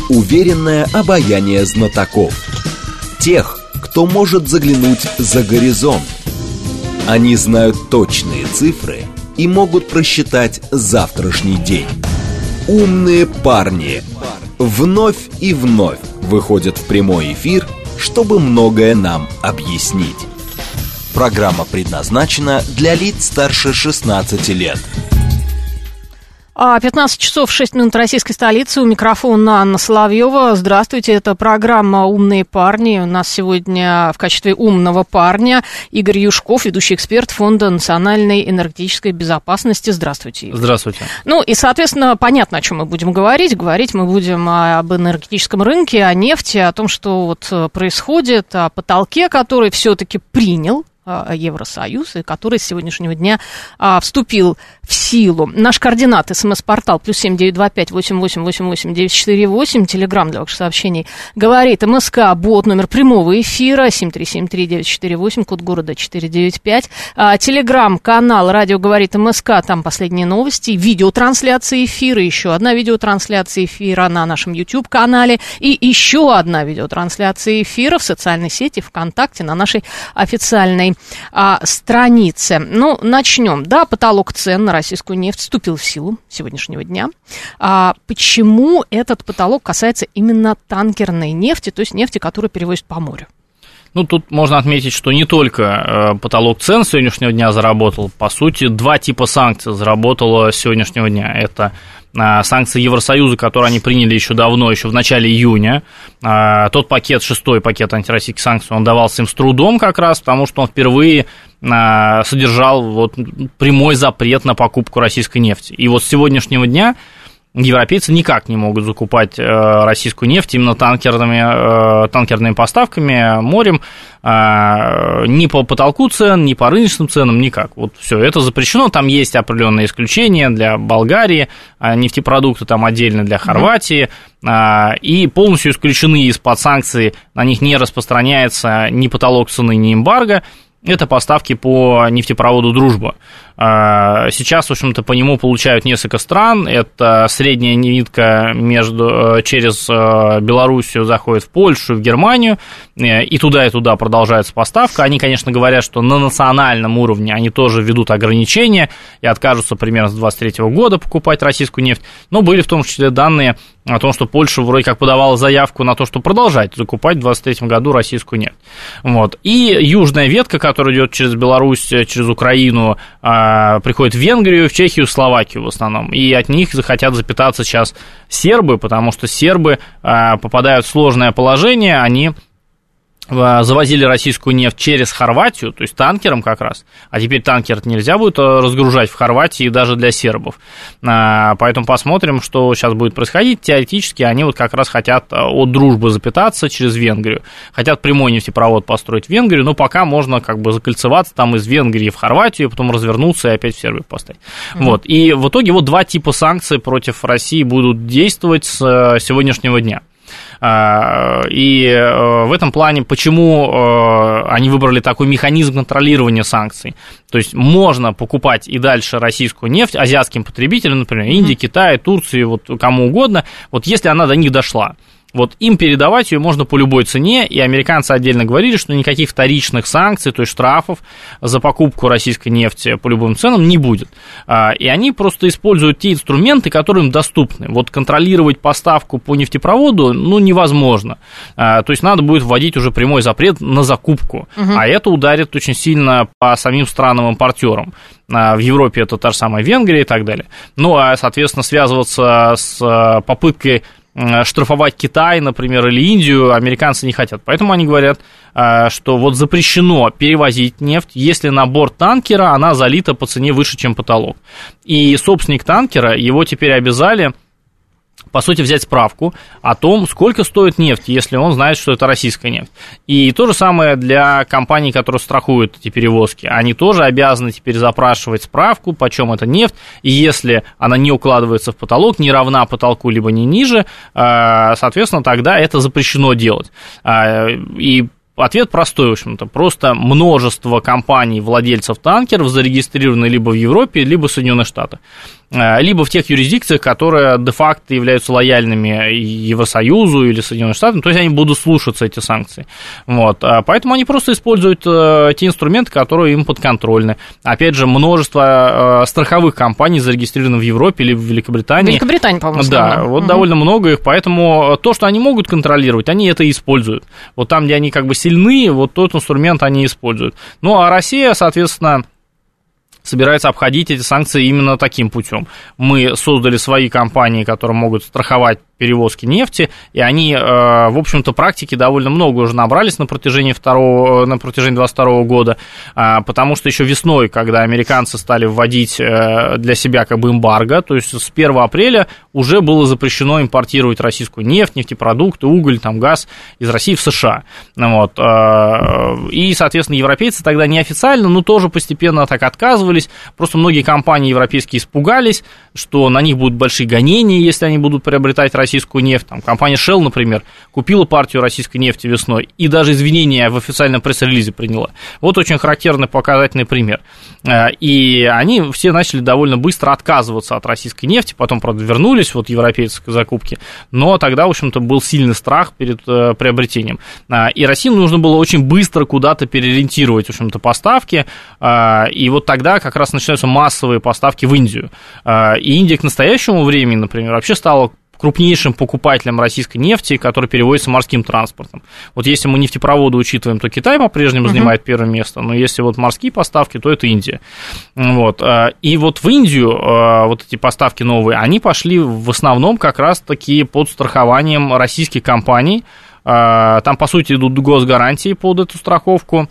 Уверенное обаяние знатоков. Тех, кто может заглянуть за горизонт. Они знают точные цифры и могут просчитать завтрашний день. Умные парни вновь и вновь выходят в прямой эфир, чтобы многое нам объяснить. Программа предназначена для лиц старше 16 лет. 15 часов 6 минут российской столицы. У микрофона Анна Соловьева. Здравствуйте, это программа «Умные парни». У нас сегодня в качестве умного парня Игорь Юшков, ведущий эксперт Фонда национальной энергетической безопасности. Здравствуйте, Игорь. Здравствуйте. Ну и, соответственно, понятно, о чем мы будем говорить. Говорить мы будем об энергетическом рынке, о нефти, о том, что вот происходит, о потолке, который все-таки принял Евросоюз, и который с сегодняшнего дня вступил в силу. Наш координат, СМС-портал, +7 925 8888 948, телеграмм для ваших сообщений, говорит МСК, бот, номер прямого эфира, 7373948, код города 495, телеграм-канал «Радио говорит МСК», там последние новости, видеотрансляция эфира, еще одна видеотрансляция эфира на нашем YouTube-канале, и еще одна видеотрансляция эфира в социальной сети ВКонтакте на нашей официальной странице. Ну, начнем. Да, потолок цен на российскую нефть вступил в силу сегодняшнего дня. Почему этот потолок касается именно танкерной нефти, то есть нефти, которую перевозят по морю? Ну, тут можно отметить, что не только потолок цен сегодняшнего дня заработал. По сути, два типа санкций заработало с сегодняшнего дня. Это санкции Евросоюза, которые они приняли еще давно, еще в начале июня. Тот пакет, шестой пакет антироссийских санкций, он давался им с трудом как раз, потому что он впервые содержал вот прямой запрет на покупку российской нефти. И вот с сегодняшнего дня европейцы никак не могут закупать российскую нефть именно танкерными поставками, морем, ни по потолку цен, ни по рыночным ценам, никак. Вот все это запрещено, там есть определенные исключения для Болгарии, нефтепродукты там отдельно для Хорватии, и полностью исключены из-под санкций, на них не распространяется ни потолок цены, ни эмбарго. Это поставки по нефтепроводу «Дружба». Сейчас, в общем-то, по нему получают несколько стран. Это средняя нитка через Белоруссию заходит в Польшу, в Германию, и туда продолжается поставка. Они, конечно, говорят, что на национальном уровне они тоже введут ограничения и откажутся примерно с 2023 года покупать российскую нефть. Но были в том числе данные о том, что Польша вроде как подавала заявку на то, что продолжать закупать в 2023 году российскую нефть. Вот. И южная ветка, которая идет через Беларусь, через Украину, приходит в Венгрию, в Чехию, в Словакию в основном. И от них захотят запитаться сейчас сербы, потому что сербы попадают в сложное положение, они завозили российскую нефть через Хорватию, то есть танкером как раз, а теперь танкер нельзя будет разгружать в Хорватии даже для сербов. Поэтому посмотрим, что сейчас будет происходить. Теоретически они вот как раз хотят от «Дружбы» запитаться через Венгрию, хотят прямой нефтепровод построить в Венгрию, но пока можно как бы закольцеваться там из Венгрии в Хорватию, потом развернуться и опять в Сербию поставить. Вот. И в итоге вот два типа санкций против России будут действовать с сегодняшнего дня. И в этом плане, почему они выбрали такой механизм контролирования санкций? То есть можно покупать и дальше российскую нефть азиатским потребителям, например, Индии, Китая, Турции, вот кому угодно, вот если она до них дошла. Вот им передавать ее можно по любой цене, и американцы отдельно говорили, что никаких вторичных санкций, то есть штрафов за покупку российской нефти по любым ценам не будет. И они просто используют те инструменты, которые им доступны. Вот контролировать поставку по нефтепроводу, невозможно. То есть надо будет вводить уже прямой запрет на закупку, а это ударит очень сильно по самим странам-импортерам. В Европе это та же самая Венгрия и так далее. Ну, а, соответственно, связываться с попыткой штрафовать Китай, например, или Индию американцы не хотят. Поэтому они говорят, что вот запрещено перевозить нефть, если на борт танкера она залита по цене выше, чем потолок. И собственник танкера, его теперь обязали, по сути, взять справку о том, сколько стоит нефть, если он знает, что это российская нефть. И то же самое для компаний, которые страхуют эти перевозки. Они тоже обязаны теперь запрашивать справку, почем эта нефть, и если она не укладывается в потолок, не равна потолку, либо не ниже, соответственно, тогда это запрещено делать. И ответ простой, в общем-то, просто множество компаний, владельцев танкеров зарегистрированы либо в Европе, либо в Соединенных Штатах. либо в тех юрисдикциях, которые де-факто являются лояльными Евросоюзу или Соединенным Штатам, то есть они будут слушаться эти санкции. Вот. Поэтому они просто используют те инструменты, которые им подконтрольны. Опять же, множество страховых компаний зарегистрировано в Европе или в Великобритании. В Великобритании, по-моему, да, вот довольно много их, поэтому то, что они могут контролировать, они это и используют. Вот там, где они как бы сильны, вот тот инструмент они используют. Ну, а Россия, соответственно, собирается обходить эти санкции именно таким путем. Мы создали свои компании, которые могут страховать перевозки нефти, и они, в общем-то, практики довольно много уже набрались на протяжении 2022 года, потому что еще весной, когда американцы стали вводить для себя как бы эмбарго, то есть с 1 апреля уже было запрещено импортировать российскую нефть, нефтепродукты, уголь, там, газ из России в США. Вот. И, соответственно, европейцы тогда неофициально, но тоже постепенно так отказывались, просто многие компании европейские испугались, что на них будут большие гонения, если они будут приобретать российскую нефть. Там, компания Shell, например, купила партию российской нефти весной и даже извинения в официальном пресс-релизе приняла. Вот очень характерный показательный пример. И они все начали довольно быстро отказываться от российской нефти, потом, правда, вернулись вот европейцы к закупке, но тогда, в общем-то, был сильный страх перед приобретением. И России нужно было очень быстро куда-то переориентировать, в общем-то, поставки, и вот тогда как раз начинаются массовые поставки в Индию. И Индия к настоящему времени, например, вообще стала крупнейшим покупателем российской нефти, который перевозится морским транспортом. Вот если мы нефтепроводы учитываем, то Китай по-прежнему занимает первое место, но если вот морские поставки, то это Индия. Вот. И вот в Индию вот эти поставки новые, они пошли в основном как раз-таки под страхованием российских компаний. Там, по сути, идут госгарантии под эту страховку.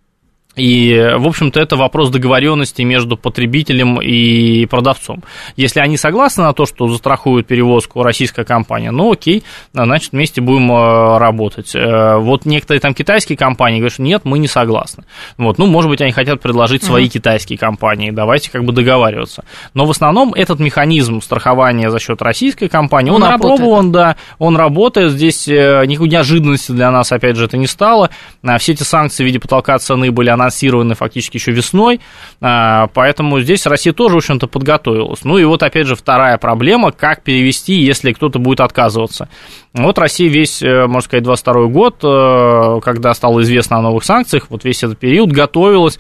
И, в общем-то, это вопрос договоренности между потребителем и продавцом. Если они согласны на то, что застрахуют перевозку российская компания, ну окей, значит, вместе будем работать. Вот некоторые там китайские компании говорят, что нет, мы не согласны. Вот, ну, может быть, они хотят предложить свои китайские компании, давайте как бы договариваться. Но в основном этот механизм страхования за счет российской компании, он опробован, да, он работает, здесь никакой неожиданности для нас, опять же, это не стало. Все эти санкции в виде потолка цены были анонсированы фактически еще весной, поэтому здесь Россия тоже, в общем-то, подготовилась. Ну и вот, опять же, вторая проблема, как перевести, если кто-то будет отказываться. Вот Россия весь, можно сказать, 22 год, когда стало известно о новых санкциях, вот весь этот период готовилась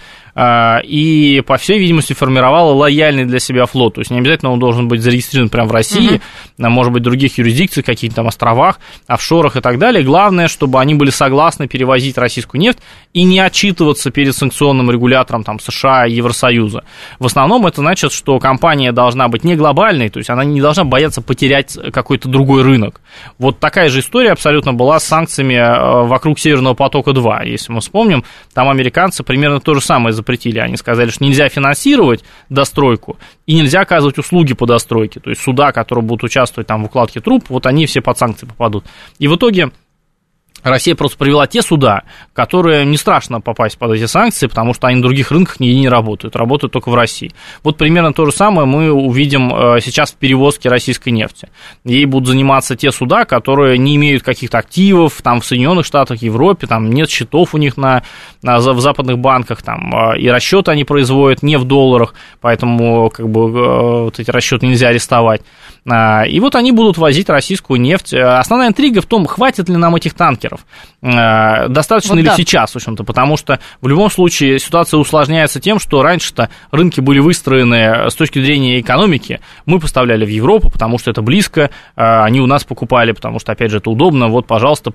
и, по всей видимости, формировала лояльный для себя флот. То есть не обязательно он должен быть зарегистрирован прямо в России, может быть, в других юрисдикциях, каких-то там островах, офшорах и так далее. Главное, чтобы они были согласны перевозить российскую нефть и не отчитываться перед санкционным регулятором там, США и Евросоюза. В основном это значит, что компания должна быть не глобальной, то есть она не должна бояться потерять какой-то другой рынок. Вот такая же история абсолютно была с санкциями вокруг Северного потока-2. Если мы вспомним, там американцы примерно то же самое запретили. Они сказали, что нельзя финансировать достройку и нельзя оказывать услуги по достройке. То есть суда, которые будут участвовать там, в укладке труб, вот они все под санкции попадут. И в итоге Россия просто привела те суда, которые не страшно попасть под эти санкции, потому что они на других рынках нигде не работают только в России. Вот примерно то же самое мы увидим сейчас в перевозке российской нефти. Ей будут заниматься те суда, которые не имеют каких-то активов там, в Соединенных Штатах, Европе, там нет счетов у них в западных банках, там, и расчеты они производят не в долларах, поэтому как бы, вот эти расчеты нельзя арестовать. И вот они будут возить российскую нефть. Основная интрига в том, хватит ли нам этих танкеров. Достаточно вот ли сейчас, в общем-то, потому что в любом случае ситуация усложняется тем, что раньше-то рынки были выстроены с точки зрения экономики. Мы поставляли в Европу, потому что это близко, они у нас покупали, потому что, опять же, это удобно. Вот, пожалуйста,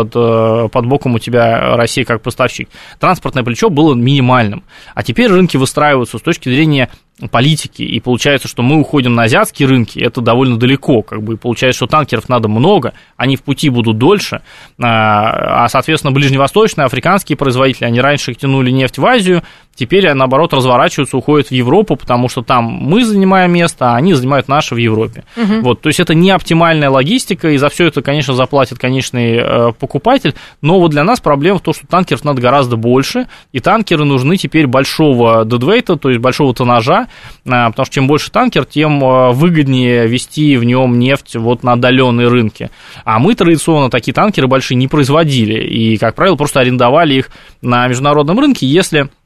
под боком у тебя Россия как поставщик. Транспортное плечо было минимальным. А теперь рынки выстраиваются с точки зрения политики, и получается, что мы уходим на азиатские рынки, это довольно далеко, как бы, и получается, что танкеров надо много, они в пути будут дольше, а, соответственно, ближневосточные, африканские производители, они раньше тянули нефть в Азию, теперь, наоборот, разворачиваются, уходят в Европу, потому что там мы занимаем место, а они занимают наше в Европе. Вот, то есть это не оптимальная логистика, и за все это, конечно, заплатит конечный покупатель, но вот для нас проблема в том, что танкеров надо гораздо больше, и танкеры нужны теперь большого дедвейта, то есть большого тоннажа, потому что чем больше танкер, тем выгоднее везти в нем нефть вот на отдаленные рынки. А мы традиционно такие танкеры большие не производили, и, как правило, просто арендовали их на международном рынке, если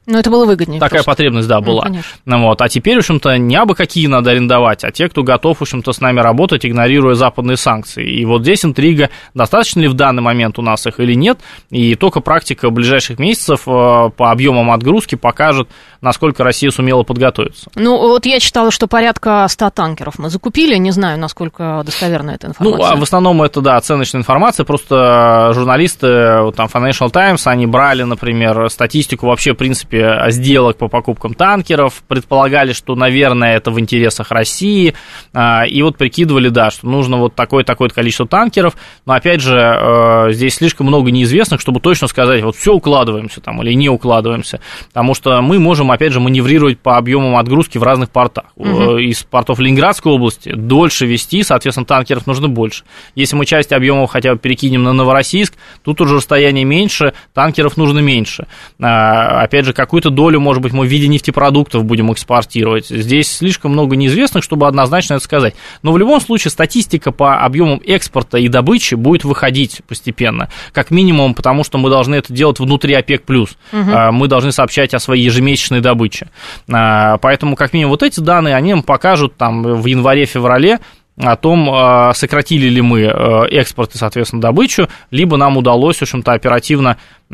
Но это было выгоднее. Такая просто потребность, да, была. Вот. А теперь, в общем-то, не абы какие надо арендовать, а те, кто готов, в общем-то, с нами работать, игнорируя западные санкции. И вот здесь интрига, достаточно ли в данный момент у нас их или нет, и только практика ближайших месяцев по объемам отгрузки покажет, насколько Россия сумела подготовиться. Ну, вот я читала, что порядка 100 танкеров мы закупили, не знаю, насколько достоверна эта информация. Ну, а в основном это, да, оценочная информация, просто журналисты, там, Financial Times, они брали, например, статистику вообще, в принципе, сделок по покупкам танкеров, предполагали, что, наверное, это в интересах России, и вот прикидывали, да, что нужно вот такое-такое количество танкеров, но, опять же, здесь слишком много неизвестных, чтобы точно сказать, вот все укладываемся там или не укладываемся, потому что мы можем, опять же, маневрировать по объемам отгрузки в разных портах. Из портов Ленинградской области дольше везти, соответственно, танкеров нужно больше. Если мы часть объемов хотя бы перекинем на Новороссийск, тут уже расстояние меньше, танкеров нужно меньше. Опять же, какую-то долю, может быть, мы в виде нефтепродуктов будем экспортировать. Здесь слишком много неизвестных, чтобы однозначно это сказать. Но в любом случае статистика по объемам экспорта и добычи будет выходить постепенно. Как минимум, потому что мы должны это делать внутри ОПЕК+. Мы должны сообщать о своей ежемесячной добыче. Поэтому, как минимум, вот эти данные, они нам покажут там в январе-феврале о том, сократили ли мы экспорт и, соответственно, добычу, либо нам удалось, в общем-то, оперативно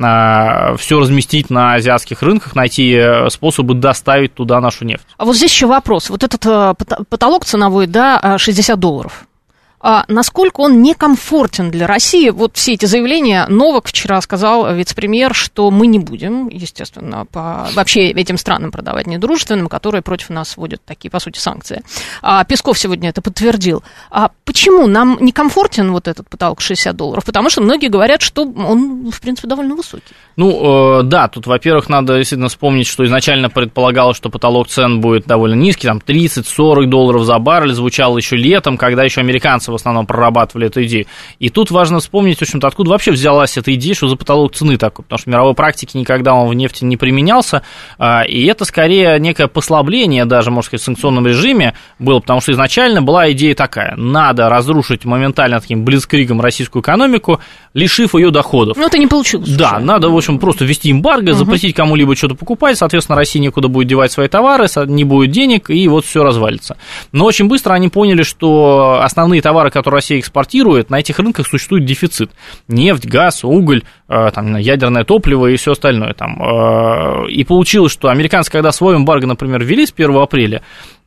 все разместить на азиатских рынках, найти способы доставить туда нашу нефть. А вот здесь еще вопрос. Вот этот потолок ценовой, да, $60. А насколько он некомфортен для России? Вот все эти заявления. Новак вчера сказал, вице-премьер, что мы не будем, естественно, вообще этим странам продавать недружественным, которые против нас вводят такие, по сути, санкции. А Песков сегодня это подтвердил. А почему нам некомфортен вот этот потолок $60? Потому что многие говорят, что он, в принципе, довольно высокий. Ну, да, тут, во-первых, надо действительно вспомнить, что изначально предполагалось, что потолок цен будет довольно низкий, там $30-40 за баррель, звучало еще летом, когда еще американцы в основном прорабатывали эту идею. И тут важно вспомнить, в общем-то, откуда вообще взялась эта идея, что за потолок цены такой, потому что в мировой практике никогда он в нефти не применялся, и это скорее некое послабление даже, можно сказать, в санкционном режиме было, потому что изначально была идея такая: надо разрушить моментально таким блицкригом российскую экономику, лишив ее доходов. Ну, это не получилось. Да, надо, в общем, просто ввести эмбарго, запретить кому-либо что-то покупать, соответственно, России некуда будет девать свои товары, не будет денег, и вот все развалится. Но очень быстро они поняли, что основные товары, которые Россия экспортирует, на этих рынках существует дефицит. Нефть, газ, уголь, там, ядерное топливо и все остальное. Там. И получилось, что американцы, когда свой эмбарго, например, ввели с 1 апреля,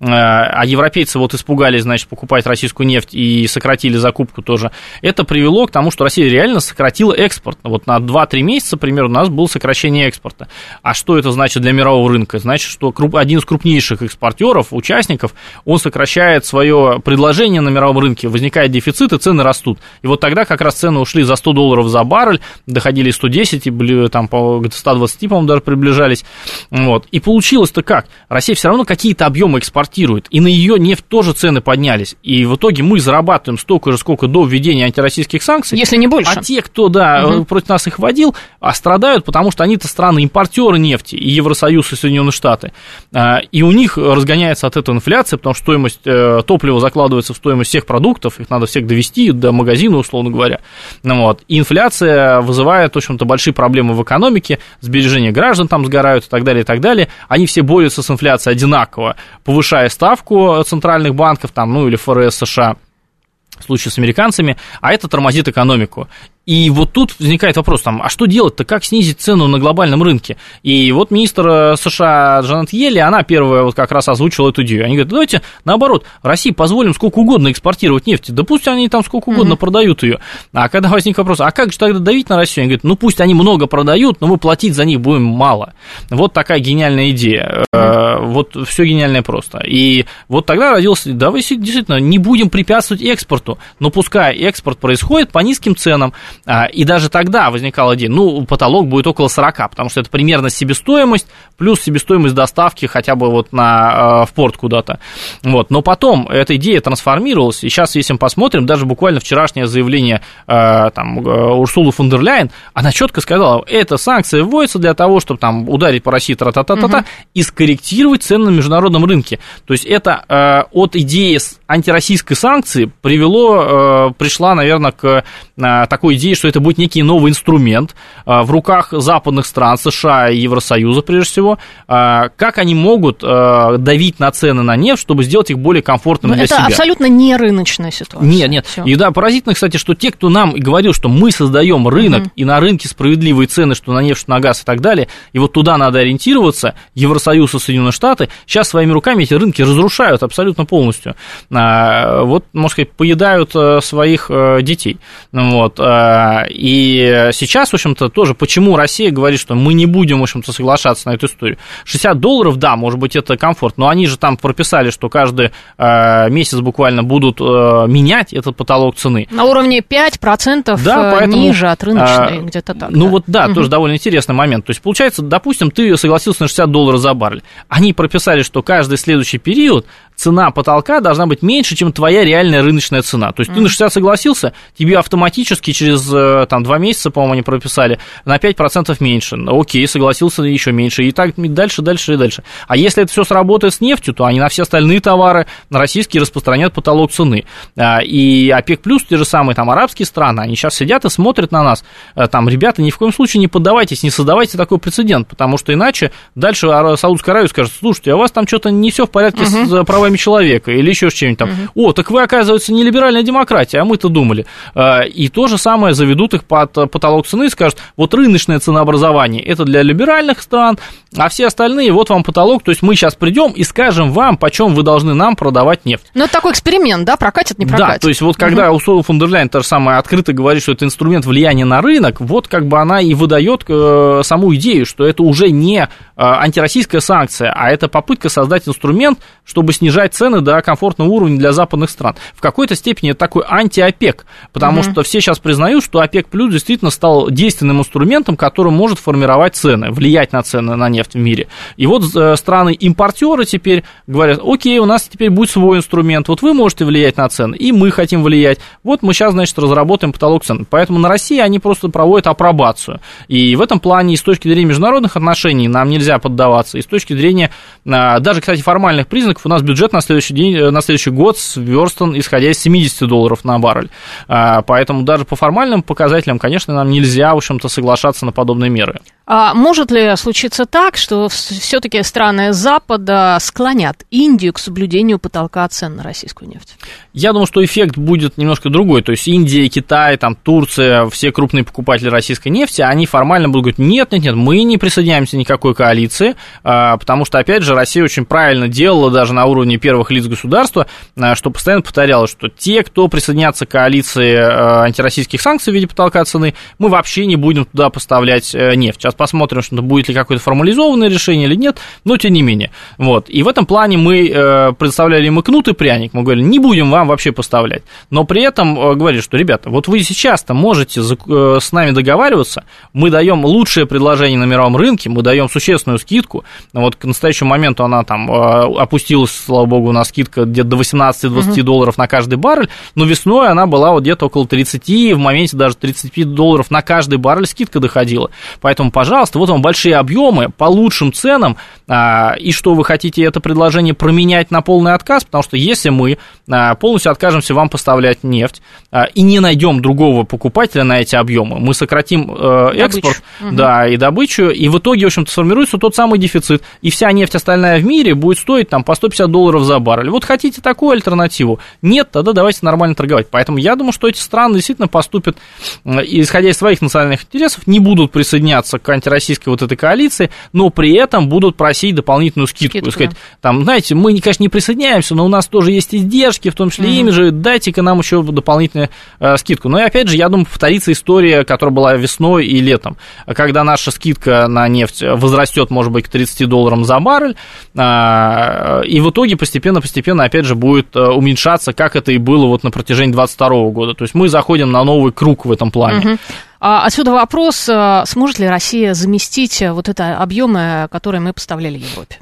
а европейцы вот испугались, значит, покупать российскую нефть и сократили закупку тоже, это привело к тому, что Россия реально сократила экспорт. Вот на 2-3 месяца, примерно, у нас было сокращение экспорта. А что это значит для мирового рынка? Значит, что один из крупнейших экспортеров, участников, он сокращает свое предложение на мировом рынке, возникает дефицит, и цены растут. И вот тогда как раз цены ушли за $100 за баррель, доходили 110, и были там по 120, по-моему, даже приближались. Вот. И получилось-то как? Россия все равно какие-то объемы экспортирует, и на ее нефть тоже цены поднялись. И в итоге мы зарабатываем столько же, сколько до введения антироссийских санкций. Если не больше. А те, кто, против нас их вводил, страдают, потому что они-то страны-импортеры нефти, и Евросоюз, и Соединенные Штаты. И у них разгоняется от этого инфляция, потому что стоимость топлива закладывается в стоимость всех продуктов, их надо всех довести до магазина, условно говоря. Вот. И инфляция вызывает, в общем-то, большие проблемы в экономике, сбережения граждан там сгорают и так далее, и так далее. Они все борются с инфляцией одинаково, повышая ставку центральных банков, там, ну, или ФРС США, в случае с американцами, а это тормозит экономику. И вот тут возникает вопрос, там, а что делать-то, как снизить цену на глобальном рынке? И вот министр США Джанет Йеллен, она первая вот как раз озвучила эту идею. Они говорят, давайте, наоборот, России позволим сколько угодно экспортировать нефть, да пусть они там сколько угодно продают ее. А когда возник вопрос, а как же тогда давить на Россию? Они говорят, ну пусть они много продают, но мы платить за них будем мало. Вот такая гениальная идея. Вот все гениальное просто. И вот тогда родился, давайте действительно не будем препятствовать экспорту, но пускай экспорт происходит по низким ценам. И даже тогда возникала идея, ну, потолок будет около 40, потому что это примерно себестоимость, плюс себестоимость доставки хотя бы вот в порт куда-то. Вот. Но потом эта идея трансформировалась, и сейчас, если мы посмотрим, даже буквально вчерашнее заявление Урсулы фон дер Ляйен, она четко сказала, эта санкция вводится для того, чтобы там ударить по России и скорректировать цены на международном рынке. То есть это от идеи антироссийской санкции привело пришла, наверное, к такой идее, что это будет некий новый инструмент в руках западных стран, США и Евросоюза, прежде всего. Как они могут давить на цены на нефть, чтобы сделать их более комфортными для себя? Это абсолютно не рыночная ситуация. Нет. Всё. И да, поразительно, кстати, что те, кто нам говорил, что мы создаем рынок, и на рынке справедливые цены, что на нефть, что на газ и так далее, и вот туда надо ориентироваться, Евросоюз и Соединенные Штаты, сейчас своими руками эти рынки разрушают абсолютно полностью. Вот, можно сказать, поедают своих детей. Вот. И сейчас, в общем-то, тоже, почему Россия говорит, что мы не будем, в общем-то, соглашаться на эту историю. $60, да, может быть, это комфорт, но они же там прописали, что каждый месяц буквально будут менять этот потолок цены. На уровне 5%, да, поэтому, ниже от рыночной, где-то так. Ну вот да, тоже довольно интересный момент. То есть, получается, допустим, ты согласился на $60 за баррель. Они прописали, что каждый следующий период цена потолка должна быть меньше, чем твоя реальная рыночная цена. То есть ты на 60 согласился, тебе автоматически через 2 месяца, по-моему, они прописали, на 5% меньше. Окей, согласился, еще меньше. И так дальше. А если это все сработает с нефтью, то они на все остальные товары на российские распространят потолок цены. И ОПЕК+, те же самые там арабские страны, они сейчас сидят и смотрят на нас. Там, ребята, ни в коем случае не поддавайтесь, не создавайте такой прецедент, потому что иначе дальше Саудовская Аравия скажет: слушайте, а у вас там что-то не все в порядке с правами человека или еще что-нибудь там. О, так вы, оказывается, не либеральная демократия, а мы-то думали. И то же самое заведут их под потолок цены и скажут: вот рыночное ценообразование это для либеральных стран, а все остальные, вот вам потолок, то есть мы сейчас придем и скажем вам, почем вы должны нам продавать нефть. Ну, это такой эксперимент, да, прокатит, не прокатит. Да, то есть вот когда Урсула фон дер Ляйен, та же самая, открыто говорит, что это инструмент влияния на рынок, вот как бы она и выдает саму идею, что это уже не антироссийская санкция, а это попытка создать инструмент, чтобы снижать цены до комфортного уровня для западных стран. В какой-то степени это такой анти-ОПЕК, потому что все сейчас признают, что ОПЕК плюс действительно стал действенным инструментом, который может формировать цены, влиять на цены на нефть в мире. И вот страны-импортеры теперь говорят: окей, у нас теперь будет свой инструмент, вот вы можете влиять на цены, и мы хотим влиять, вот мы сейчас, значит, разработаем потолок цен. Поэтому на России они просто проводят апробацию. И в этом плане, и с точки зрения международных отношений, нам нельзя поддаваться, и с точки зрения даже, кстати, формальных признаков, у нас бюджет на следующий год сверстан, исходя из $70 на баррель. Поэтому даже по формальным показателям, конечно, нам нельзя, в общем-то, соглашаться на подобные меры. А может ли случиться так, что все-таки страны Запада склонят Индию к соблюдению потолка цен на российскую нефть? Я думаю, что эффект будет немножко другой. То есть Индия, Китай, там, Турция, все крупные покупатели российской нефти, они формально будут говорить: нет, мы не присоединяемся ни к какой коалиции, потому что, опять же, Россия очень правильно делала даже на уровне первых лиц государства, что постоянно повторяла, что те, кто присоединятся к коалиции антироссийских санкций в виде потолка цены, мы вообще не будем туда поставлять нефть. Сейчас посмотрим, что будет ли какое-то формализованное решение или нет, но тем не менее. Вот. И в этом плане мы предоставляли им и кнут, и пряник. Мы говорили: не будем вам вообще поставлять. Но при этом говорили, что, ребята, вот вы сейчас-то можете с нами договариваться, мы даем лучшее предложение на мировом рынке, мы даем существенную скидку. Вот к настоящему моменту она там опустилась, слава богу, на скидка где-то до $18-20 на каждый баррель, но весной она была вот где-то около 30, в моменте даже $35 на каждый баррель скидка доходила. Поэтому, пожалуйста, вот вам большие объемы по лучшим ценам, и что вы хотите это предложение променять на полный отказ, потому что если мы полностью откажемся вам поставлять нефть и не найдем другого покупателя на эти объемы, мы сократим экспорт, да, и добычу, и в итоге, в общем-то, сформируется тот самый дефицит, и вся нефть остальная в мире будет стоить там по $150 за баррель. Вот хотите такую альтернативу? Нет, тогда давайте нормально торговать. Поэтому я думаю, что эти страны действительно поступят, исходя из своих национальных интересов, не будут присоединяться к антироссийской вот этой коалиции, но при этом будут просить дополнительную скидку. И сказать, там, знаете, мы, конечно, не присоединяемся, но у нас тоже есть издержки, в том числе ими же, дайте-ка нам еще дополнительную скидку. Но и опять же, я думаю, повторится история, которая была весной и летом, когда наша скидка на нефть возрастет, может быть, к $30 за баррель, и в итоге постепенно, опять же, будет уменьшаться, как это и было вот на протяжении 2022 года. То есть мы заходим на новый круг в этом плане. Отсюда вопрос, сможет ли Россия заместить вот это объемы, которые мы поставляли Европе?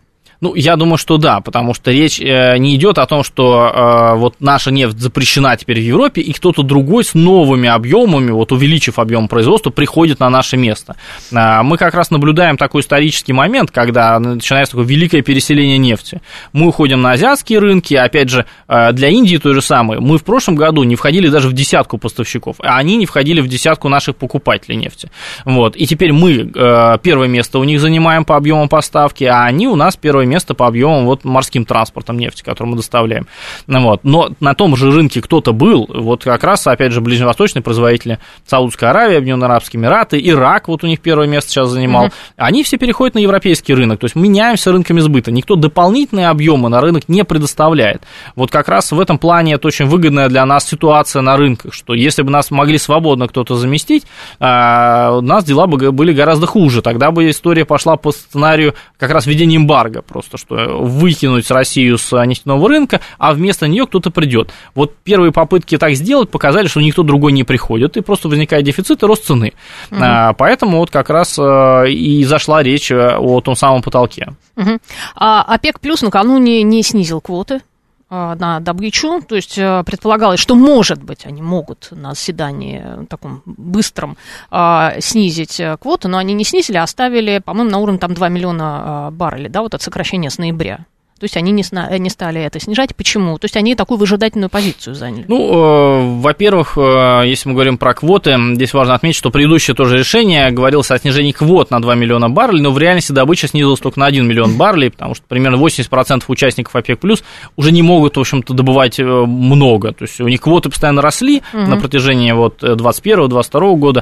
Ну, я думаю, что да, потому что речь не идет о том, что вот наша нефть запрещена теперь в Европе, и кто-то другой с новыми объемами, вот увеличив объем производства, приходит на наше место. Мы как раз наблюдаем такой исторический момент, когда начинается такое великое переселение нефти. Мы уходим на азиатские рынки, опять же, для Индии то же самое. Мы в прошлом году не входили даже в десятку поставщиков, а они не входили в десятку наших покупателей нефти. Вот. И теперь мы первое место у них занимаем по объемам поставки, а они у нас первое место по объемам вот морским транспортом нефти, который мы доставляем. Вот. Но на том же рынке кто-то был, вот как раз, опять же, ближневосточные производители, Саудовская Аравия, Объединенные Арабские Эмираты, Ирак, вот у них первое место сейчас занимал, они все переходят на европейский рынок, то есть меняемся рынками сбыта, никто дополнительные объемы на рынок не предоставляет. Вот как раз в этом плане это очень выгодная для нас ситуация на рынках, что если бы нас могли свободно кто-то заместить, у нас дела бы были гораздо хуже, тогда бы история пошла по сценарию как раз введения эмбарго, просто что выкинуть Россию с нефтяного рынка, а вместо нее кто-то придет. Вот первые попытки так сделать показали, что никто другой не приходит, и просто возникает дефицит и рост цены. Поэтому вот как раз и зашла речь о том самом потолке. ОПЕК плюс накануне не снизил квоты на добычу, то есть предполагалось, что, может быть, они могут на заседании таком быстром снизить квоту, но они не снизили, а оставили, по-моему, на уровне там 2 миллиона баррелей, да, вот от сокращения с ноября. То есть они не стали это снижать. Почему? То есть они такую выжидательную позицию заняли. Ну, во-первых, если мы говорим про квоты, здесь важно отметить, что предыдущее тоже решение говорилось о снижении квот на 2 миллиона баррелей, но в реальности добыча снизилась только на 1 миллион баррелей, потому что примерно 80% участников ОПЕК+, уже не могут, в общем-то, добывать много. То есть у них квоты постоянно росли на протяжении вот 2021-2022 года,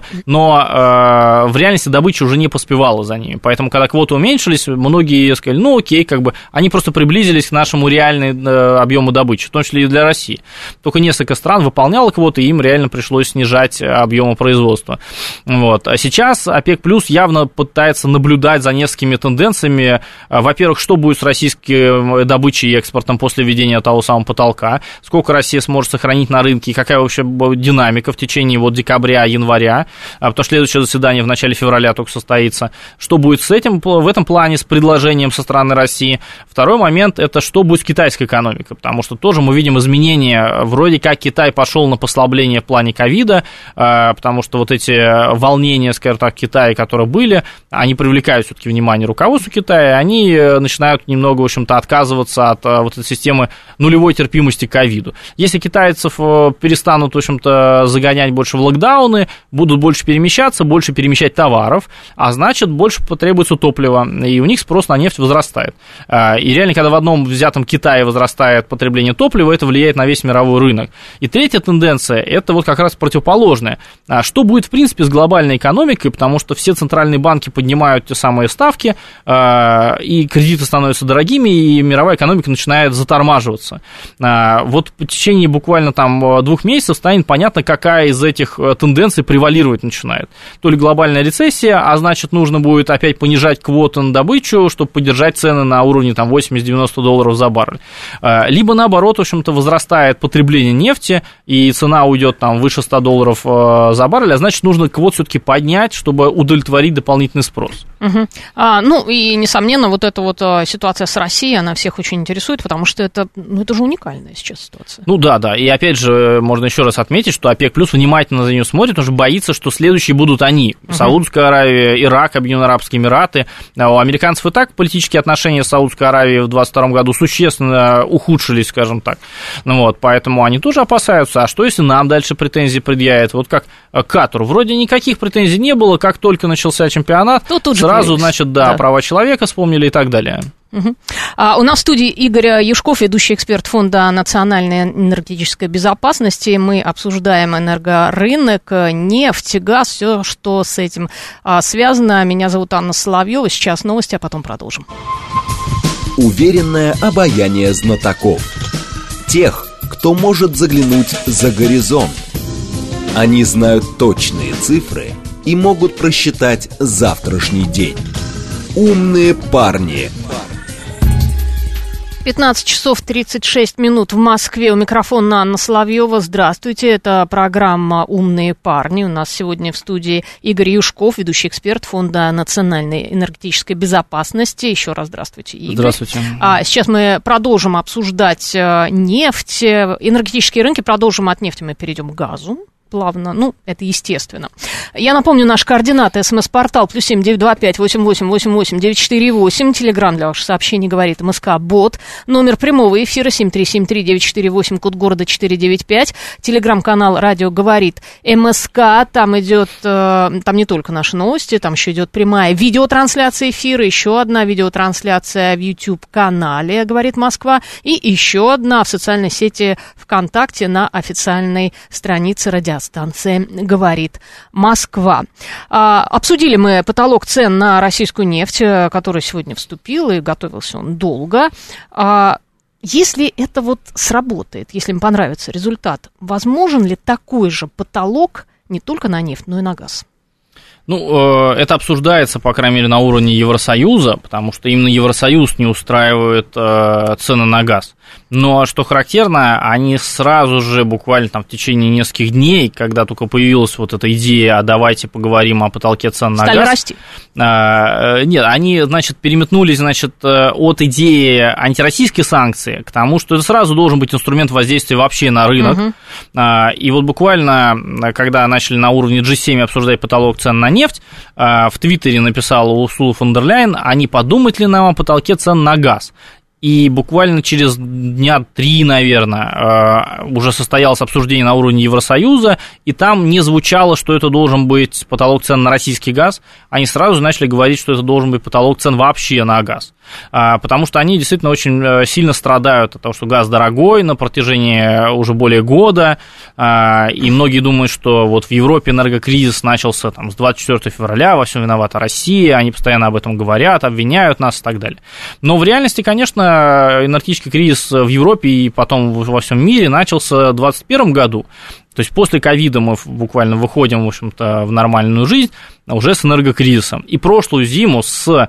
но в реальности добыча уже не поспевала за ними. Поэтому, когда квоты уменьшились, многие сказали, ну окей, как бы они просто приблизились к нашему реальному объему добычи, в том числе и для России. Только несколько стран выполняло квоты, и им реально пришлось снижать объемы производства. Вот. А сейчас ОПЕК+ явно пытается наблюдать за несколькими тенденциями. Во-первых, что будет с российской добычей и экспортом после введения того самого потолка, сколько Россия сможет сохранить на рынке, и какая вообще динамика в течение вот декабря-января, потому что следующее заседание в начале февраля только состоится. Что будет с этим, в этом плане, с предложением со стороны России. Второй момент, это что будет с китайской экономикой, потому что тоже мы видим изменения, вроде как Китай пошел на послабление в плане ковида, потому что вот эти волнения, скажем так, Китая, которые были, они привлекают все-таки внимание руководства Китая, они начинают немного, в общем-то, отказываться от вот этой системы нулевой терпимости к ковиду. Если китайцев перестанут, в общем-то, загонять больше в локдауны, будут больше перемещать товаров, а значит, больше потребуется топлива, и у них спрос на нефть возрастает. И реально, когда в одном взятом Китае возрастает потребление топлива, это влияет на весь мировой рынок. И третья тенденция, это вот как раз противоположная. Что будет, в принципе, с глобальной экономикой, потому что все центральные банки поднимают те самые ставки, и кредиты становятся дорогими, и мировая экономика начинает затормаживаться. Вот по течение буквально там 2 месяцев станет понятно, какая из этих тенденций превалировать начинает. То ли глобальная рецессия, а значит, нужно будет опять понижать квоты на добычу, чтобы поддержать цены на уровне там 80-90 долларов за баррель. Либо, наоборот, в общем-то, возрастает потребление нефти, и цена уйдет там выше 100 долларов за баррель, а значит, нужно квот все-таки поднять, чтобы удовлетворить дополнительный спрос. Ну, и, несомненно, вот эта вот ситуация с Россией, она всех очень интересует, потому что это же уникальная сейчас ситуация. Ну, да, и опять же, можно еще раз отметить, что ОПЕК+ внимательно за нее смотрит, потому что боится, что следующие будут они. Саудовская Аравия, Ирак, Объединенные Арабские Эмираты. У американцев и так политические отношения с Саудовской Аравией в 2022 году существенно ухудшились, скажем так. Вот, поэтому они тоже опасаются, а что если нам дальше претензии предъявят? Вот как к Катару. Вроде никаких претензий не было, как только начался чемпионат, сразу, значит, права человека вспомнили и так далее. У нас в студии Игорь Юшков, ведущий эксперт Фонда национальной энергетической безопасности. Мы обсуждаем энергорынок, нефть, газ, все, что с этим связано. Меня зовут Анна Соловьева. Сейчас новости, а потом продолжим. Уверенное обаяние знатоков. Тех, кто может заглянуть за горизонт. Они знают точные цифры и могут просчитать завтрашний день. Умные парни. 15 часов 36 минут в Москве. У микрофона Анна Соловьева. Здравствуйте. Это программа «Умные парни». У нас сегодня в студии Игорь Юшков, ведущий эксперт Фонда национальной энергетической безопасности. Еще раз здравствуйте, Игорь. Здравствуйте. Сейчас мы продолжим обсуждать нефть, энергетические рынки. Продолжим от нефти, мы перейдем к газу. Плавно, это естественно. Я напомню, наши координаты. СМС-портал +7 925 88 88 948. Телеграм для ваших сообщений говорит МСК Бот. Номер прямого эфира 7373948, код города 495. Телеграм-канал «Радио говорит МСК». Там идет, там не только наши новости, там еще идет прямая видеотрансляция эфира, еще одна видеотрансляция в YouTube-канале «Говорит Москва» и еще одна в социальной сети ВКонтакте на официальной странице радиостанции «Говорит Москва». Обсудили мы потолок цен на российскую нефть, который сегодня вступил, и готовился он долго. Если это сработает, если им понравится результат, возможен ли такой же потолок не только на нефть, но и на газ? Это обсуждается, по крайней мере, на уровне Евросоюза, потому что именно Евросоюз не устраивает цены на газ. Но, что характерно, они сразу же, буквально в течение нескольких дней, когда только появилась эта идея, а давайте поговорим о потолке цен на газ. Стали расти. Нет, они, переметнулись, от идеи антироссийских санкций к тому, что это сразу должен быть инструмент воздействия вообще на рынок. И буквально, когда начали на уровне G7 обсуждать потолок цен на нефть, в Твиттере написала Урсула фон дер Ляйен, а не подумать ли нам о потолке цен на газ? И буквально через дня 3, наверное, уже состоялось обсуждение на уровне Евросоюза, и там не звучало, что это должен быть потолок цен на российский газ. Они сразу начали говорить, что это должен быть потолок цен вообще на газ. Потому что они действительно очень сильно страдают от того, что газ дорогой на протяжении уже более года, и многие думают, что в Европе энергокризис начался с 24 февраля, во всем виновата Россия, они постоянно об этом говорят, обвиняют нас и так далее. Но в реальности, конечно, энергетический кризис в Европе и потом во всем мире начался в 2021 году. То есть после ковида мы буквально выходим, в общем-то, в нормальную жизнь уже с энергокризисом. И прошлую зиму с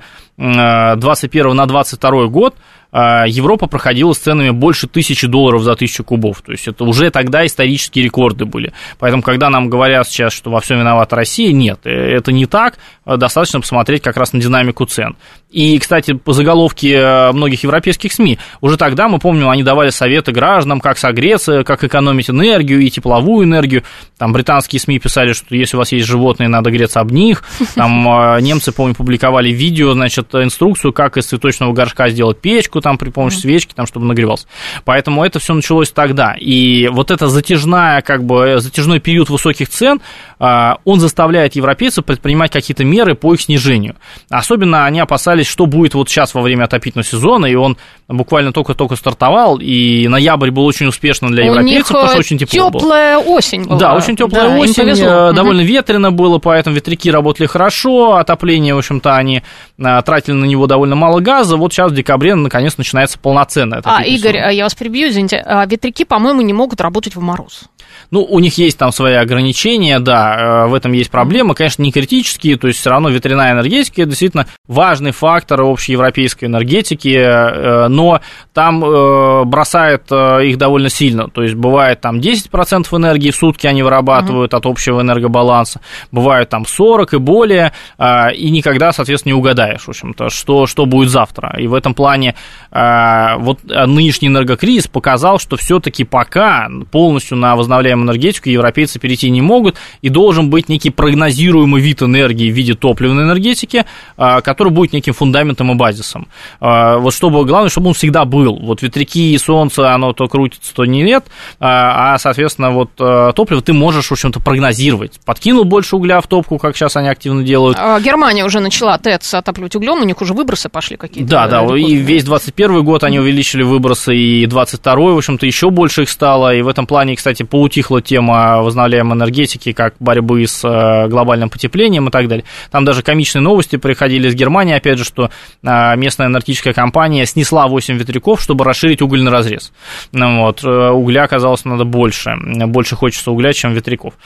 21 на 22 год Европа проходила с ценами больше $1000 за 1000 кубов. То есть это уже тогда исторические рекорды были. Поэтому, когда нам говорят сейчас, что во всем виновата Россия, нет, это не так. Достаточно посмотреть как раз на динамику цен. И, кстати, по заголовке многих европейских СМИ, уже тогда, мы помним, они давали советы гражданам, как согреться, как экономить энергию и тепловую энергию. Там британские СМИ писали, что если у вас есть животные, надо греться об них. Там немцы, помню, публиковали видео, инструкцию, как из цветочного горшка сделать печку, при помощи свечки, чтобы нагревался. Поэтому это все началось тогда. И это затяжной период высоких цен, он заставляет европейцев предпринимать какие-то меры по их снижению. Особенно они опасались, что будет сейчас во время отопительного сезона, и он буквально только-только стартовал, и ноябрь был очень успешным для европейцев, потому что очень тепло было. Теплая осень была. Да, очень теплая осень, довольно ветрено было, поэтому ветряки работали хорошо, отопление, в общем-то, они тратили на него довольно мало газа. Сейчас в декабре, наконец, начинается полноценное отопительный сезон. Игорь, я вас перебью, извините, ветряки, по-моему, не могут работать в мороз. У них есть там свои ограничения, да, в этом есть проблемы, конечно, не критические, то есть все равно ветряная энергетика – это действительно важный фактор общеевропейской энергетики, но там бросает их довольно сильно, то есть бывает там 10% энергии в сутки они вырабатывают от общего энергобаланса, бывает там 40 и более, и никогда, соответственно, не угадаешь, в общем-то, что будет завтра, и в этом плане нынешний энергокризис показал, что все-таки пока полностью на возобновляемую энергетику европейцы перейти не могут, и должен быть некий прогнозируемый вид энергии в виде топливной энергетики, который будет неким фундаментом и базисом. Главное, чтобы он всегда был. Ветряки и солнце, оно то крутится, то нет, соответственно, топливо ты можешь, в общем-то, прогнозировать. Подкинул больше угля в топку, как сейчас они активно делают. Германия уже начала ТЭЦ отапливать углем, у них уже выбросы пошли какие-то. Да, и весь 21 год они увеличили выбросы, и 22-й, в общем-то, еще больше их стало, и в этом плане, кстати, поутихла тема возобновляемой энергетики, как борьбы с глобальным потеплением и так далее. Там даже комичные новости приходили из Германии, опять же, что местная энергетическая компания снесла 8 ветряков, чтобы расширить угольный разрез. Угля оказалось надо больше хочется угля, чем ветряков.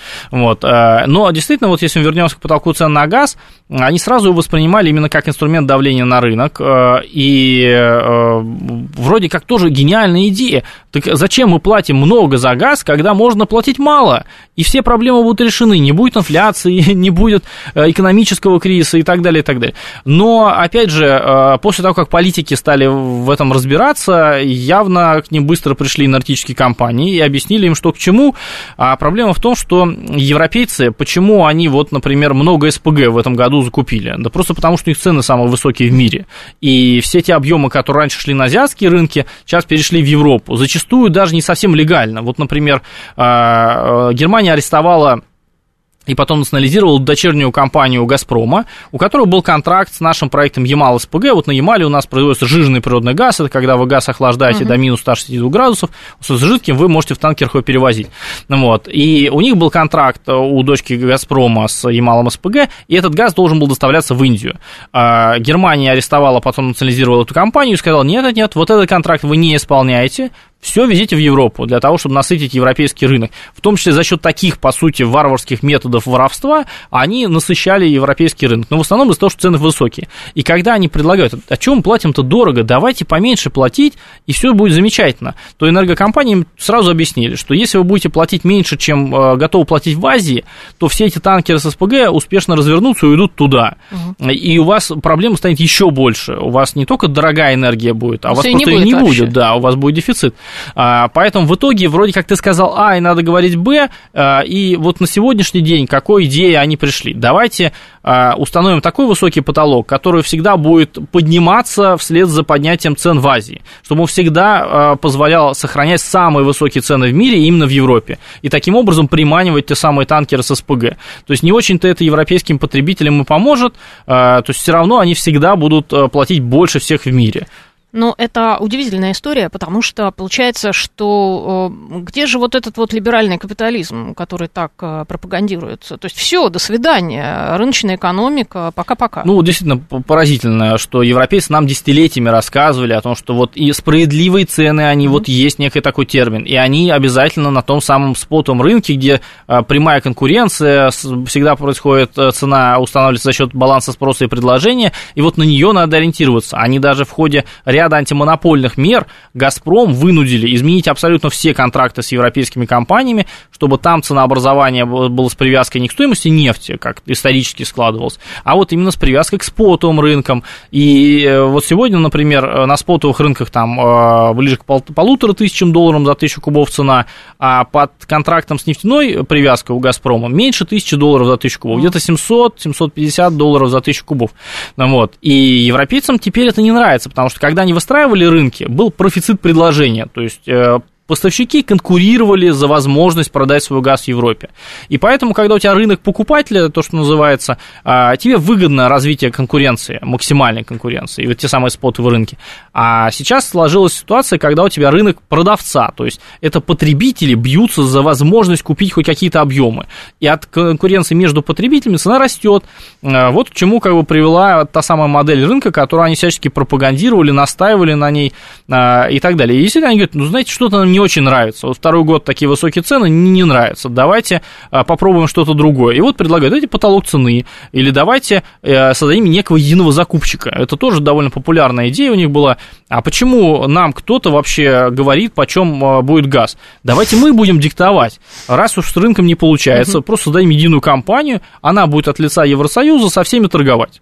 Но действительно, если мы вернемся к потолку цен на газ, они сразу его воспринимали именно как инструмент давления на рынок, и вроде как тоже гениальная идея. Так зачем мы платим много за газ, когда можно платить мало? И все проблемы будут решены. Не будет инфляции, не будет экономического кризиса и так далее, и так далее. Но, опять же, после того, как политики стали в этом разбираться, явно к ним быстро пришли энергетические компании и объяснили им, что к чему. А проблема в том, что европейцы, почему они, вот, например, много СПГ в этом году закупили? Да просто потому, что их цены самые высокие в мире. И все те объемы, которые раньше шли на азиатские рынки, сейчас перешли в Европу. Зачастую даже не совсем легально. Вот, например, Германия арестовала и потом национализировал дочернюю компанию «Газпрома», у которой был контракт с нашим проектом «Ямал-СПГ». Вот на Ямале у нас производится жиженый природный газ, это когда вы газ охлаждаете до минус 162 градусов, с жидким вы можете в танкерах его перевозить. Вот. И у них был контракт у дочки «Газпрома» с «Ямалом-СПГ», и этот газ должен был доставляться в Индию. Германия арестовала, потом национализировала эту компанию и сказала: нет, вот этот контракт вы не исполняете, все везите в Европу для того, чтобы насытить европейский рынок. В том числе за счет таких, по сути, варварских методов воровства они насыщали европейский рынок. Но в основном из-за того, что цены высокие. И когда они предлагают: о чем мы платим-то дорого, давайте поменьше платить, и все будет замечательно, то энергокомпании сразу объяснили, что если вы будете платить меньше, чем готовы платить в Азии, то все эти танкеры с СПГ успешно развернутся и уйдут туда. И у вас проблема станет еще больше. У вас не только дорогая энергия будет, а у вас просто ее не будет. Да, у вас будет дефицит. Поэтому в итоге, вроде как ты сказал А, и надо говорить Б, и вот на сегодняшний день к какой идее они пришли? Давайте установим такой высокий потолок, который всегда будет подниматься вслед за поднятием цен в Азии, чтобы он всегда позволял сохранять самые высокие цены в мире именно в Европе, и таким образом приманивать те самые танкеры с СПГ. То есть не очень-то это европейским потребителям и поможет, то есть все равно они всегда будут платить больше всех в мире. Ну, это удивительная история, потому что получается, что где же вот этот вот либеральный капитализм, который так пропагандируется? То есть все, до свидания, рыночная экономика, пока-пока. Ну, действительно поразительно, что европейцы нам десятилетиями рассказывали о том, что вот и справедливые цены, они вот есть некий такой термин, и они обязательно на том самом спотовом рынке, где прямая конкуренция, всегда происходит, цена устанавливается за счет баланса спроса и предложения, и вот на нее надо ориентироваться. Они даже в ходе ряда антимонопольных мер «Газпром» вынудили изменить абсолютно все контракты с европейскими компаниями, чтобы там ценообразование было с привязкой не к стоимости нефти, как исторически складывалось, а вот именно с привязкой к спотовым рынкам. И вот сегодня, например, на спотовых рынках там ближе к $1500 за 1000 кубов цена, а под контрактом с нефтяной привязкой у «Газпрома» меньше $1000 за 1000 кубов, где-то $700-750 за 1000 кубов. Вот. И европейцам теперь это не нравится, потому что когда они выстраивали рынки, был профицит предложения, то есть поставщики конкурировали за возможность продать свой газ в Европе. И поэтому, когда у тебя рынок покупателя, то, что называется, тебе выгодно развитие конкуренции, максимальной конкуренции, и вот те самые спотовые рынки. А сейчас сложилась ситуация, когда у тебя рынок продавца, то есть это потребители бьются за возможность купить хоть какие-то объемы. И от конкуренции между потребителями цена растет. Вот к чему как бы привела та самая модель рынка, которую они всячески пропагандировали, настаивали на ней и так далее. И если они говорят: ну, знаете, что-то нам не очень нравится, вот второй год такие высокие цены не нравятся, давайте попробуем что-то другое. И вот предлагают: давайте потолок цены, или давайте создадим некого единого закупщика. Это тоже довольно популярная идея у них была. А почему нам кто-то вообще говорит, почем будет газ? Давайте мы будем диктовать. Раз уж с рынком не получается, просто создадим единую компанию, она будет от лица Евросоюза со всеми торговать.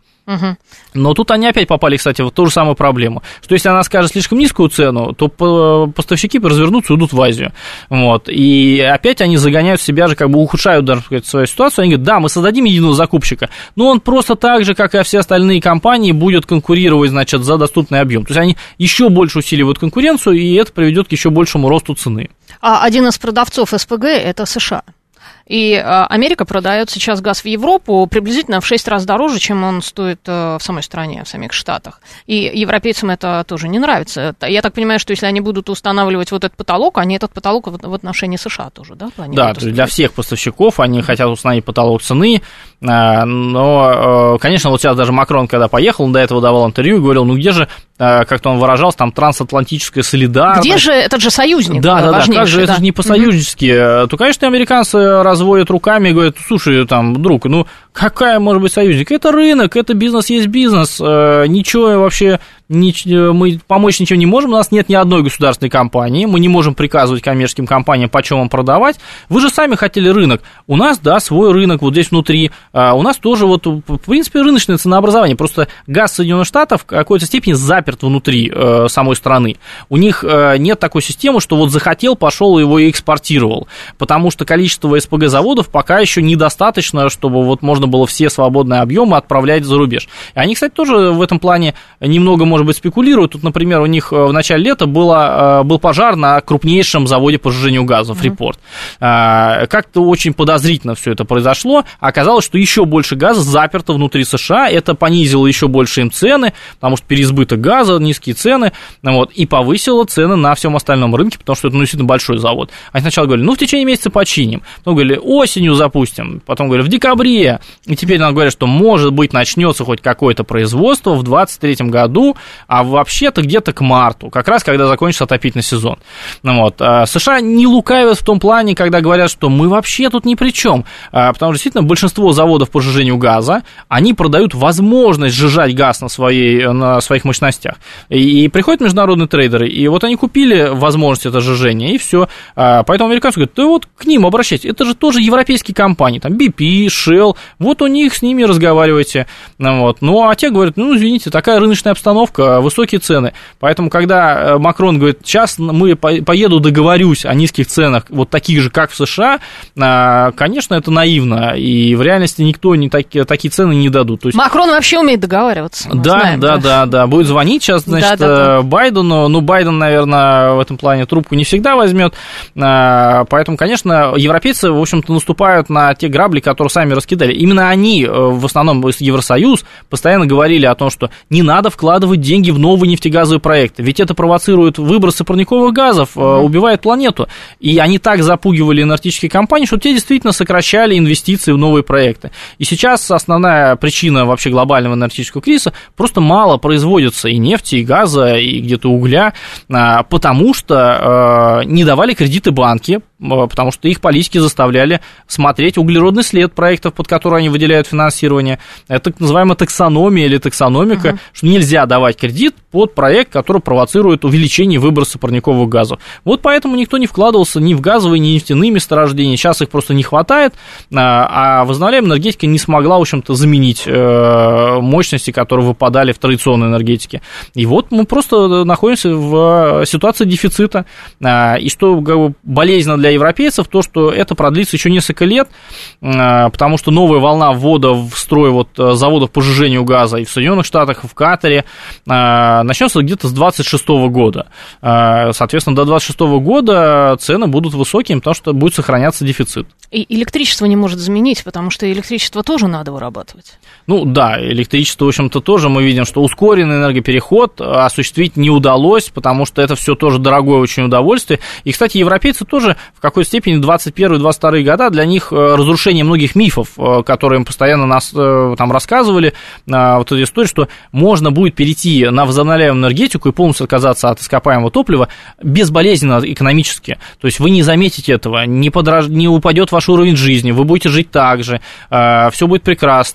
Но тут они опять попали, кстати, в ту же самую проблему, что если она скажет слишком низкую цену, то поставщики развернутся и уйдут в Азию. Вот. И опять они загоняют себя же, как бы ухудшают даже свою ситуацию. Они говорят: да, мы создадим единого закупщика, но он просто так же, как и все остальные компании, будет конкурировать, значит, за доступный объем. То есть они еще больше усиливают конкуренцию, и это приведет к еще большему росту цены. А один из продавцов СПГ – это США. И Америка продает сейчас газ в Европу приблизительно в 6 раз дороже, чем он стоит в самой стране, в самих Штатах. И европейцам это тоже не нравится. Я так понимаю, что если они будут устанавливать вот этот потолок, они этот потолок в отношении США тоже, да, планируют? Да, то есть для всех поставщиков они хотят установить потолок цены, но, конечно, вот сейчас даже Макрон, когда поехал, до этого давал интервью и говорил: ну где же, как-то он выражался, там трансатлантическая солидарность. Где же, этот же союзник важнейший? Да, как же, это же не по-союзнически. То, конечно, американцы разводят руками и говорят: слушай, там, друг, ну какая может быть союзник? Это рынок, это бизнес есть бизнес, ничего вообще мы помочь ничем не можем, у нас нет ни одной государственной компании, мы не можем приказывать коммерческим компаниям, почем им продавать. Вы же сами хотели рынок. У нас, да, свой рынок вот здесь внутри. У нас тоже вот, в принципе, рыночное ценообразование. Просто газ Соединенных Штатов в какой-то степени заперт внутри самой страны. У них нет такой системы, что вот захотел, пошел его и экспортировал. Потому что количество СПГ-заводов пока еще недостаточно, чтобы вот можно было все свободные объемы отправлять за рубеж. И они, кстати, тоже в этом плане немного, может быть, спекулируют. Тут, например, у них в начале лета был пожар на крупнейшем заводе по сжижению газа, Фрипорт. Как-то очень подозрительно все это произошло. Оказалось, что еще больше газа заперто внутри США. Это понизило еще больше им цены, потому что переизбыток газа, низкие цены, вот, и повысило цены на всем остальном рынке, потому что это действительно большой завод. Они сначала говорили, в течение месяца починим. Потом говорили, осенью запустим. Потом говорили, в декабре. И теперь нам говорят, что, может быть, начнется хоть какое-то производство в 2023 году, а вообще-то где-то к марту, как раз когда закончится отопительный сезон. Вот. США не лукавят в том плане, когда говорят, что мы вообще тут ни при чем, потому что действительно большинство заводов по сжижению газа, они продают возможность сжижать газ на своих мощностях. И приходят международные трейдеры, и вот они купили возможность это сжижения, и все. Поэтому американцы говорят, да вот к ним обращайтесь, это же тоже европейские компании, там BP, Shell, вот у них с ними разговаривайте. Вот. Ну, а те говорят, извините, такая рыночная обстановка, высокие цены. Поэтому, когда Макрон говорит, сейчас поеду договорюсь о низких ценах, вот таких же, как в США, конечно, это наивно, и в реальности никто такие цены не дадут. То есть... Макрон вообще умеет договариваться. Да, будет звонить сейчас, значит, Байдену, Байден, наверное, в этом плане трубку не всегда возьмет, поэтому, конечно, европейцы, в общем-то, наступают на те грабли, которые сами раскидали. Именно они, в основном Евросоюз, постоянно говорили о том, что не надо вкладывать деньги в новые нефтегазовые проекты, ведь это провоцирует выбросы парниковых газов, убивает планету. И они так запугивали энергетические компании, что те действительно сокращали инвестиции в новые проекты. И сейчас основная причина вообще глобального энергетического кризиса – просто мало производится и нефти, и газа, и где-то угля, потому что не давали кредиты банки, потому что их политики заставляли смотреть углеродный след проектов, под которые они выделяют финансирование. Это так называемая таксономия или таксономика, что нельзя давать кредит под проект, который провоцирует увеличение выброса парниковых газов. Вот поэтому никто не вкладывался ни в газовые, ни в нефтяные месторождения. Сейчас их просто не хватает, а возобновляемая энергетика не смогла, в общем-то, заменить мощности, которые выпадали в традиционной энергетике. И вот мы просто находимся в ситуации дефицита. И что болезненно для европейцев, то, что это продлится еще несколько лет, потому что новая волна ввода в строй заводов по сжижению газа и в Соединенных Штатах, и в Катаре начнется где-то с 2026 года. Соответственно, до 2026 года цены будут высокими, потому что будет сохраняться дефицит. И электричество не может заменить, потому что электричество тоже надо вырабатывать. Да, электричество, в общем-то, тоже мы видим, что ускоренный энергопереход осуществить не удалось, потому что это все тоже дорогое очень удовольствие. И, кстати, европейцы тоже в какой-то степени 21-22 года для них разрушение многих мифов, которые им постоянно нас там рассказывали, вот эта история, что можно будет перейти на возобновляемую энергетику и полностью отказаться от ископаемого топлива безболезненно экономически. То есть вы не заметите этого, не упадет ваш уровень жизни, вы будете жить так же, все будет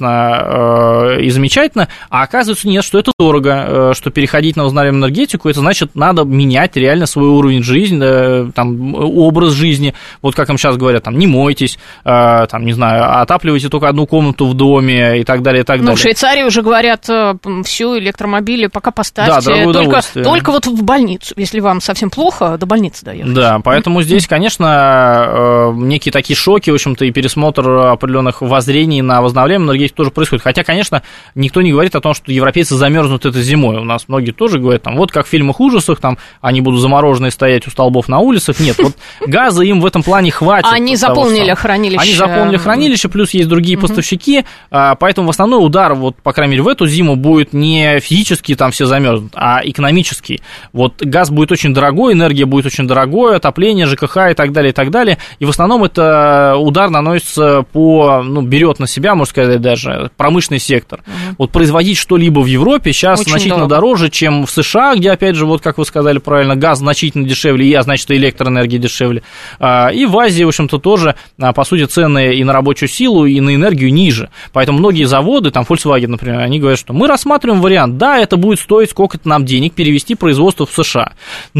прекрасно и замечательно, а оказывается нет, что это дорого, что переходить на возобновляемую энергетику, это значит, надо менять реально свой уровень жизни, там, образ жизни, вот как им сейчас говорят, там, не мойтесь, там, не знаю, отапливайте только одну комнату в доме и так далее, и так далее. В Швейцарии уже говорят, все, электромобили пока поставьте, только вот в больницу, если вам совсем плохо, до больницы доехать. Да, поэтому здесь, конечно, некие такие шоки, в общем-то, и пересмотр определенных воззрений на возобновляемую энергетику тоже происходит. Хотя, конечно, никто не говорит о том, что европейцы замерзнут этой зимой. У нас многие тоже говорят, там, вот как в фильмах ужасах, там, они будут замороженные стоять у столбов на улицах. Нет, вот газа им в этом плане хватит. Они заполнили хранилище. Они заполнили хранилище, плюс есть другие поставщики, поэтому в основной удар, вот, по крайней мере, в эту зиму будет не физически там все замерзнут, а экономический. Вот газ будет очень дорогой, энергия будет очень дорогой, отопление, ЖКХ и так далее, и так далее. И в основном это удар наносится берет на себя, можно сказать, даже промышленный сектор. Вот производить что-либо в Европе сейчас очень значительно дороже, чем в США, где, опять же, вот как вы сказали правильно, газ значительно дешевле, и значит, и электроэнергия дешевле. И в Азии, в общем-то, тоже, по сути, цены и на рабочую силу, и на энергию ниже. Поэтому многие заводы, там Volkswagen, например, они говорят, что мы рассматриваем вариант, да, это будет стоить сколько-то нам денег перевести производство в США,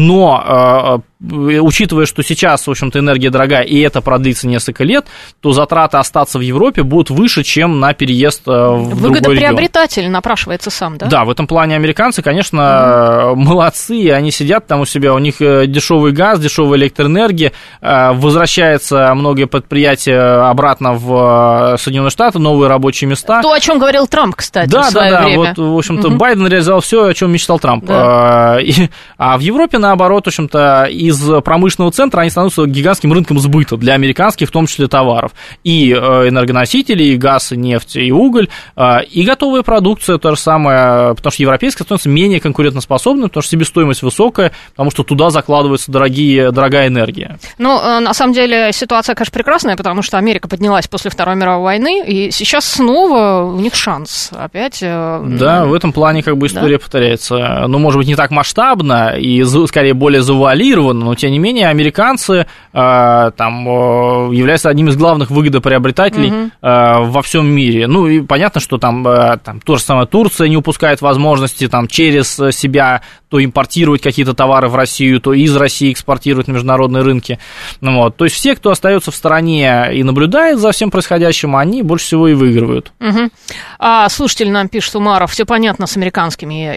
но учитывая, что сейчас, в общем-то, энергия дорогая, и это продлится несколько лет, то затраты остаться в Европе будут выше, чем на переезд в другой регион. Выгодоприобретатель напрашивается сам, да? Да, в этом плане американцы, конечно, молодцы, они сидят там у себя, у них дешевый газ, дешевая электроэнергия, возвращается многие предприятия обратно в Соединенные Штаты, новые рабочие места. То, о чем говорил Трамп, кстати, в свое время. Вот, в общем-то, Байден реализовал все, о чем мечтал Трамп. Да. А в Европе, наоборот, в общем-то, из промышленного центра они становятся гигантским рынком сбыта для американских, в том числе, товаров. И энергоносители, и газ, и нефть, и уголь, и готовая продукция, то же самое, потому что европейская становится менее конкурентоспособной, потому что себестоимость высокая, потому что туда закладывается дорогая энергия. Ну, на самом деле, ситуация, конечно, прекрасная, потому что Америка поднялась после Второй мировой войны, и сейчас снова у них шанс опять. Да, в этом плане как бы история повторяется. Ну, может быть, не так масштабно и, скорее, более завуалировано, но, тем не менее, американцы там являются одним из главных выгодоприобретателей во всем мире. Ну, и понятно, что там то же самое Турция не упускает возможности там через себя то импортировать какие-то товары в Россию, то из России экспортировать на международные рынки. Ну, вот. То есть все, кто остается в стороне и наблюдает за всем происходящим, они больше всего и выигрывают. Слушатель нам пишет, Умаров, все понятно с американцами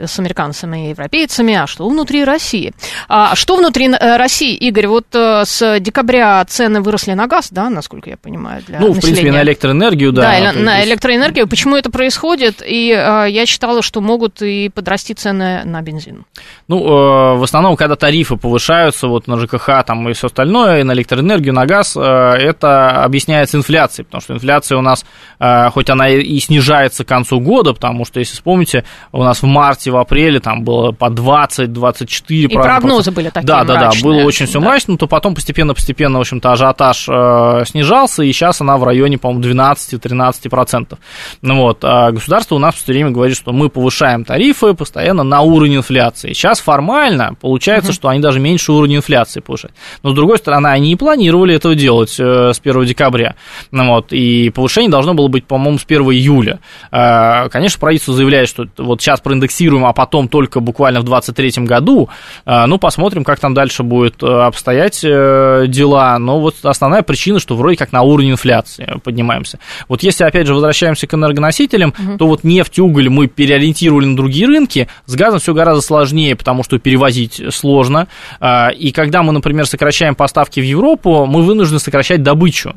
и европейцами, а что внутри России? Что внутри России, Игорь? Вот с декабря цены выросли на газ, да, насколько я понимаю, для населения. В принципе, на электроэнергию, да. Да, на электроэнергию. Почему это происходит? И я читала, что могут и подрасти цены на бензин. Ну, в основном, когда тарифы повышаются вот на ЖКХ там, и все остальное, и на электроэнергию, на газ, это объясняется инфляцией, потому что инфляция у нас, хоть она и снижается к концу года, потому что, если вспомните, у нас в марте, в апреле там было по 20-24%. И прогнозы были такие мрачные. Да, было очень все мрачно, но то потом постепенно, в общем-то, ажиотаж снижался, и сейчас она в районе, по-моему, 12-13%. Ну вот, а государство у нас все время говорит, что мы повышаем тарифы постоянно на уровень инфляции. Сейчас формально получается, что они даже меньше уровня инфляции повышают. Но, с другой стороны, они не планировали этого делать с 1 декабря. Ну, вот, и повышение должно было быть, по-моему, с 1 июля. Конечно, правительство заявляет, что вот сейчас проиндексируем, а потом только буквально в 2023 году. Ну, посмотрим, как там дальше будет обстоять дела. Но вот основная причина, что вроде как на уровень инфляции поднимаемся. Вот если, опять же, возвращаемся к энергоносителям, то вот нефть, уголь мы переориентировали на другие рынки, с газом все гораздо сложнее, потому что перевозить сложно. И когда мы, например, сокращаем поставки в Европу, мы вынуждены сокращать добычу.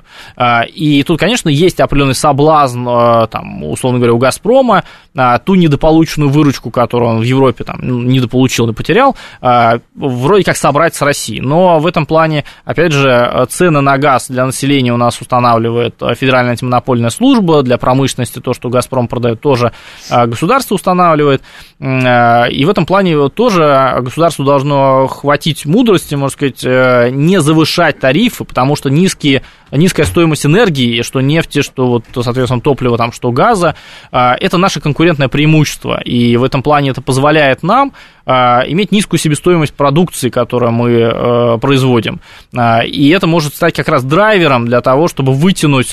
И тут, конечно, есть определенный соблазн, там, условно говоря, у «Газпрома», ту недополученную выручку, которую он в Европе там, недополучил, не потерял, вроде как собрать с России. Но в этом плане, опять же, цены на газ для населения у нас устанавливает Федеральная антимонопольная служба, для промышленности то, что «Газпром» продает, тоже государство устанавливает. И в этом плане тоже государству должно хватить мудрости, можно сказать, не завышать тарифы, потому что низкая стоимость энергии, что нефти, что, вот, соответственно, топлива, там, что газа, это наше конкурентное преимущество. И в этом плане это позволяет нам иметь низкую себестоимость продукции, которую мы производим. И это может стать как раз драйвером для того, чтобы вытянуть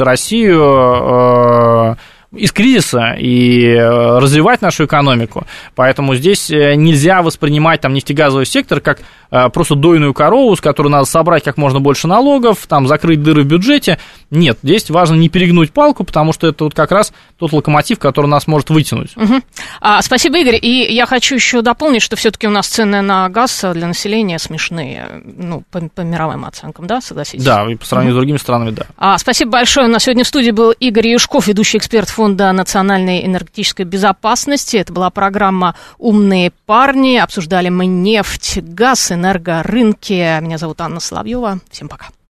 Россию из кризиса и развивать нашу экономику. Поэтому здесь нельзя воспринимать там нефтегазовый сектор как просто дойную корову, с которой надо собрать как можно больше налогов, там, закрыть дыры в бюджете. Нет, здесь важно не перегнуть палку, потому что это вот как раз тот локомотив, который нас может вытянуть. Спасибо, Игорь. И я хочу еще дополнить, что все-таки у нас цены на газ для населения смешные, ну, по мировым оценкам, да, согласитесь? Да, и по сравнению с другими странами, да. Спасибо большое. У нас сегодня в студии был Игорь Юшков, ведущий эксперт Фонда национальной энергетической безопасности. Это была программа «Умные парни». Обсуждали мы нефть, газ, энергорынки. Меня зовут Анна Соловьева. Всем пока.